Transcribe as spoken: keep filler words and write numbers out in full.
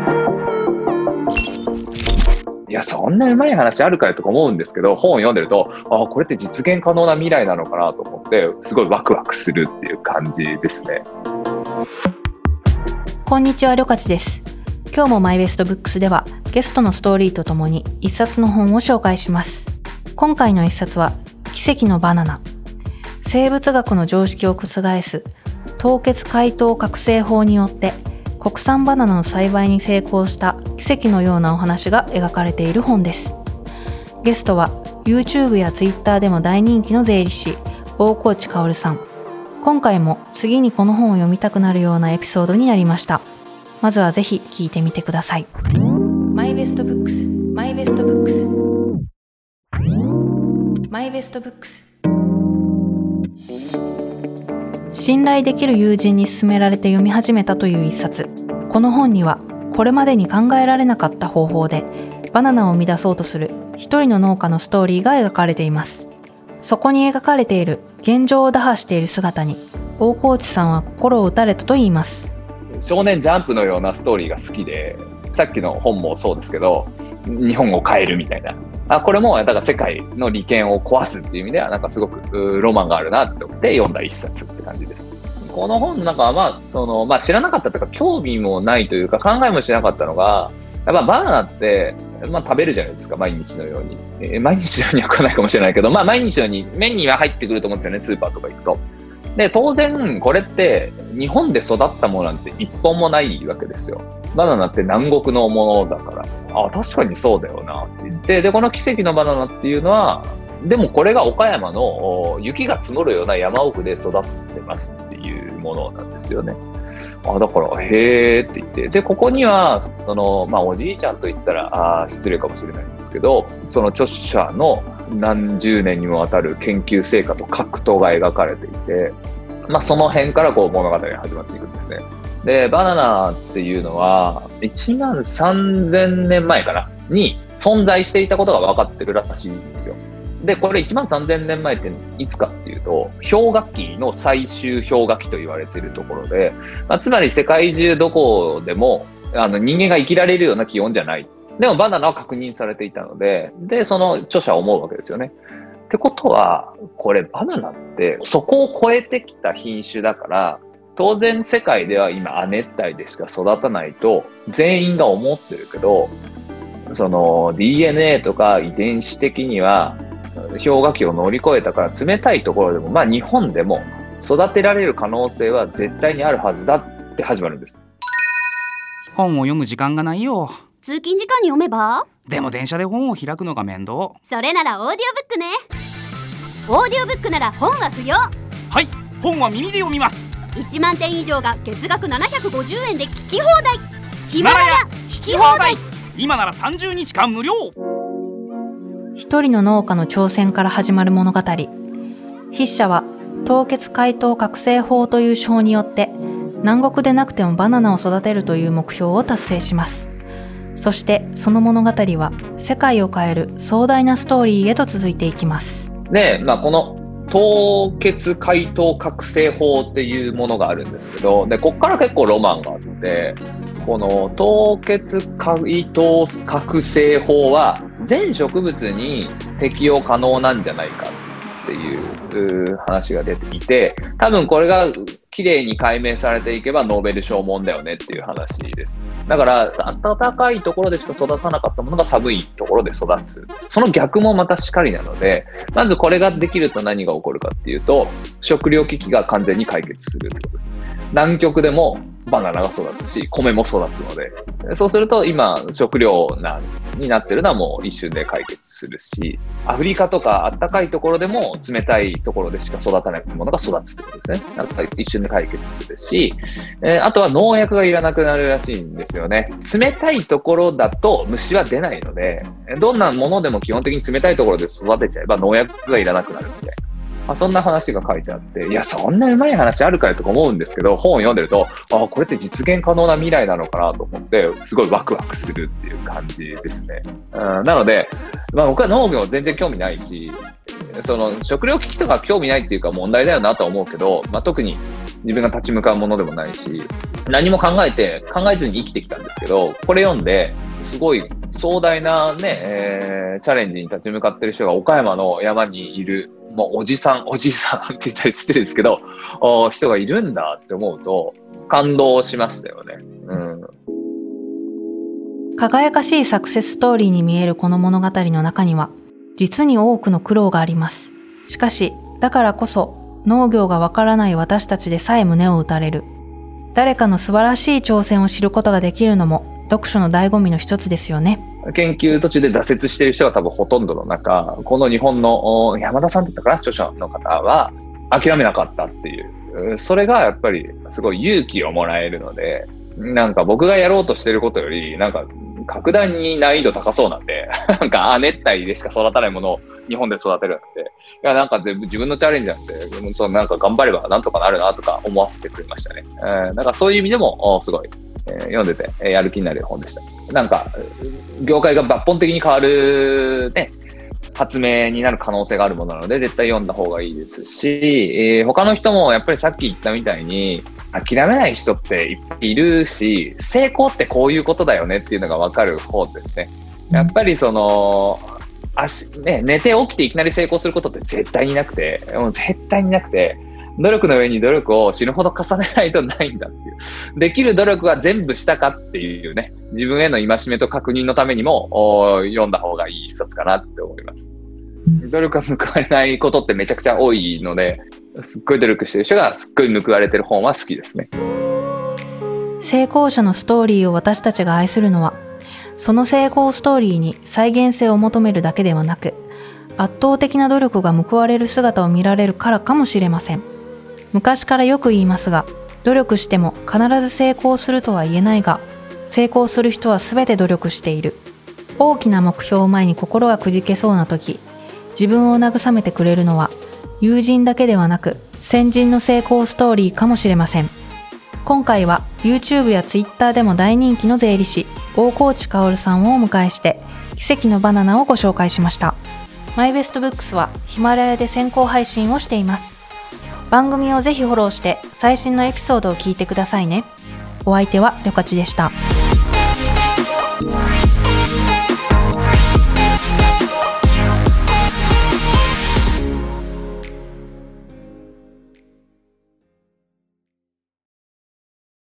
いや、そんなうまい話あるかよとか思うんですけど、本を読んでると、あ、これって実現可能な未来なのかなと思って、すごいワクワクするっていう感じですね。 こんにちは、りょかちです。今日もマイベストブックスではゲストのストーリーとともに一冊の本を紹介します。今回の一冊は奇跡のバナナ。生物学の常識を覆す凍結解凍覚醒法によって国産バナナの栽培に成功した奇跡のようなお話が描かれている本です。ゲストは YouTube や Twitter でも大人気の税理士大河内薫さん。今回も次にこの本を読みたくなるようなエピソードになりました。まずはぜひ聞いてみてください。マイベストブックスマイベストブックスマイベストブックス。信頼できる友人に勧められて読み始めたという一冊。この本にはこれまでに考えられなかった方法でバナナを生み出そうとする一人の農家のストーリーが描かれています。そこに描かれている現状を打破している姿に大河内さんは心を打たれたといいます。 少年ジャンプのようなストーリーが好きで、さっきの本もそうですけど、日本を変えるみたいな、あ、これもだから世界の利権を壊すっていう意味ではなんかすごくロマンがあるなって思って読んだ一冊って感じです。この本なんか、まあそのまあ、知らなかったというか興味もないというか考えもしなかったのが、やっぱバナナって、まあ、食べるじゃないですか、毎日のように、えー、毎日のようには来ないかもしれないけど、まあ、毎日のように麺には入ってくると思うんですよね、スーパーとか行くと。で、当然これって日本で育ったものなんて一本もないわけですよ。バナナって南国のものだから、あ、確かにそうだよなって言って、で、この奇跡のバナナっていうのは、でもこれが岡山の雪が積もるような山奥で育ってますっていうものなんですよね。あ、だから、へーって言って、で、ここには、その、まあ、おじいちゃんと言ったら、あ、失礼かもしれないんですけど、その著者の何十年にもわたる研究成果と格闘が描かれていて、まあ、その辺からこう物語が始まっていくんですね。で、バナナっていうのは、いちまんさんぜんねんまえかなに存在していたことが分かってるらしいんですよ。で、これいちまんさんぜんねんまえっていつかっていうと、氷河期の最終氷河期と言われているところで、まあ、つまり世界中どこでもあの人間が生きられるような気温じゃない。でもバナナは確認されていたので、で、その著者は思うわけですよね。ってことは、これバナナってそこを超えてきた品種だから、当然世界では今亜熱帯でしか育たないと全員が思ってるけど、その ディーエヌエー とか遺伝子的には氷河期を乗り越えたから冷たいところでも、まあ日本でも育てられる可能性は絶対にあるはずだって始まるんです。 本を読む時間がないよ。 通勤時間に読めば？ でも電車で本を開くのが面倒。 それならオーディオブックね。オーディオブックなら本は不要。 はい、本は耳で読みます。 いちまんてん以上が月額ななひゃくごじゅうえんで聞き放題。ヒマラヤ聞き放題。 今ならさんじゅうにちかん無料。 一人の農家の挑戦から始まる物語。筆者は凍結解凍覚醒法という手法によって南国でなくてもバナナを育てるという目標を達成します。そしてその物語は世界を変える壮大なストーリーへと続いていきます。 で、まあ、この凍結解凍覚醒法っていうものがあるんですけど、で、ここから結構ロマンがあって、この凍結解凍覚醒法は全植物に適用可能なんじゃないかっていう話が出ていて、多分これがきれいに解明されていけばノーベル賞もんだよねっていう話です。だから暖かいところでしか育たなかったものが寒いところで育つ。その逆もまたしかりなので、まずこれができると何が起こるかっていうと、食糧危機が完全に解決するってことです。南極でもバナナが育つし、米も育つので、そうすると今食料なになってるのはもう一瞬で解決するし、アフリカとか暖かいところでも冷たいところでしか育たないものが育つってことですね。なんか一瞬で解決するし、えー、あとは農薬がいらなくなるらしいんですよね。冷たいところだと虫は出ないので、どんなものでも基本的に冷たいところで育てちゃえば農薬がいらなくなるみたいな。まあ、そんな話が書いてあって、いや、そんなうまい話あるかよとか思うんですけど、本を読んでると、あ、これって実現可能な未来なのかなと思って、すごいワクワクするっていう感じですね。うん、なので、まあ、僕は農業全然興味ないし、 その食糧危機とか興味ないっていうか問題だよなとは思うけど、まあ、特に自分が立ち向かうものでもないし、何も考えて考えずに生きてきたんですけど、これ読んですごい壮大なね、えー、チャレンジに立ち向かってる人が岡山の山にいる、もうおじさんおじいさんって言ったりしてるんですけど、人がいるんだって思うと感動しましたよね。うん、 輝かしいサクセスストーリーに見えるこの物語の中には実に多くの苦労があります。しかしだからこそ農業がわからない私たちでさえ胸を打たれる。誰かの素晴らしい挑戦を知ることができるのも読書の醍醐味の一つですよね。 研究途中で挫折している人が多分ほとんどの中、この日本の山田さんだったかな、著者の方は諦めなかったっていう、それがやっぱりすごい勇気をもらえるので、なんか僕がやろうとしてることよりなんか格段に難易度高そうなんでなんか亜熱帯でしか育たないものを日本で育てるなんて、いやなんか全部自分のチャレンジなんで、そのなんか頑張ればなんとかなるなとか思わせてくれましたね。えー、なんかそういう意味でもすごい、えー、読んでて、えー、やる気になる本でした。なんか業界が抜本的に変わるね発明になる可能性があるものなので絶対読んだ方がいいですし、えー、他の人もやっぱりさっき言ったみたいに諦めない人っていっぱいいるし、成功ってこういうことだよねっていうのが分かる本ですね。やっぱりその足、ね、寝て起きていきなり成功することって絶対になくて、もう絶対になくて、努力の上に努力を死ぬほど重ねないとないんだっていう。できる努力は全部したかっていうね、自分への戒めと確認のためにも読んだ方がいい一冊かなって思います。努力が報われないことってめちゃくちゃ多いので、すっごい努力してる人がすっごい報われてる本は好きですね。 成功者のストーリーを私たちが愛するのは、その成功ストーリーに再現性を求めるだけではなく、圧倒的な努力が報われる姿を見られるからかもしれません。昔からよく言いますが、努力しても必ず成功するとは言えないが、成功する人はすべて努力している。大きな目標を前に心がくじけそうな時、自分を慰めてくれるのは、友人だけではなく先人の成功ストーリーかもしれません。今回は YouTube や Twitter でも大人気の税理士大河内薫さんをお迎えして奇跡のバナナをご紹介しました。マイベストブックスはヒマラヤで先行配信をしています。番組をぜひフォローして最新のエピソードを聞いてくださいね。お相手はりょかちでした。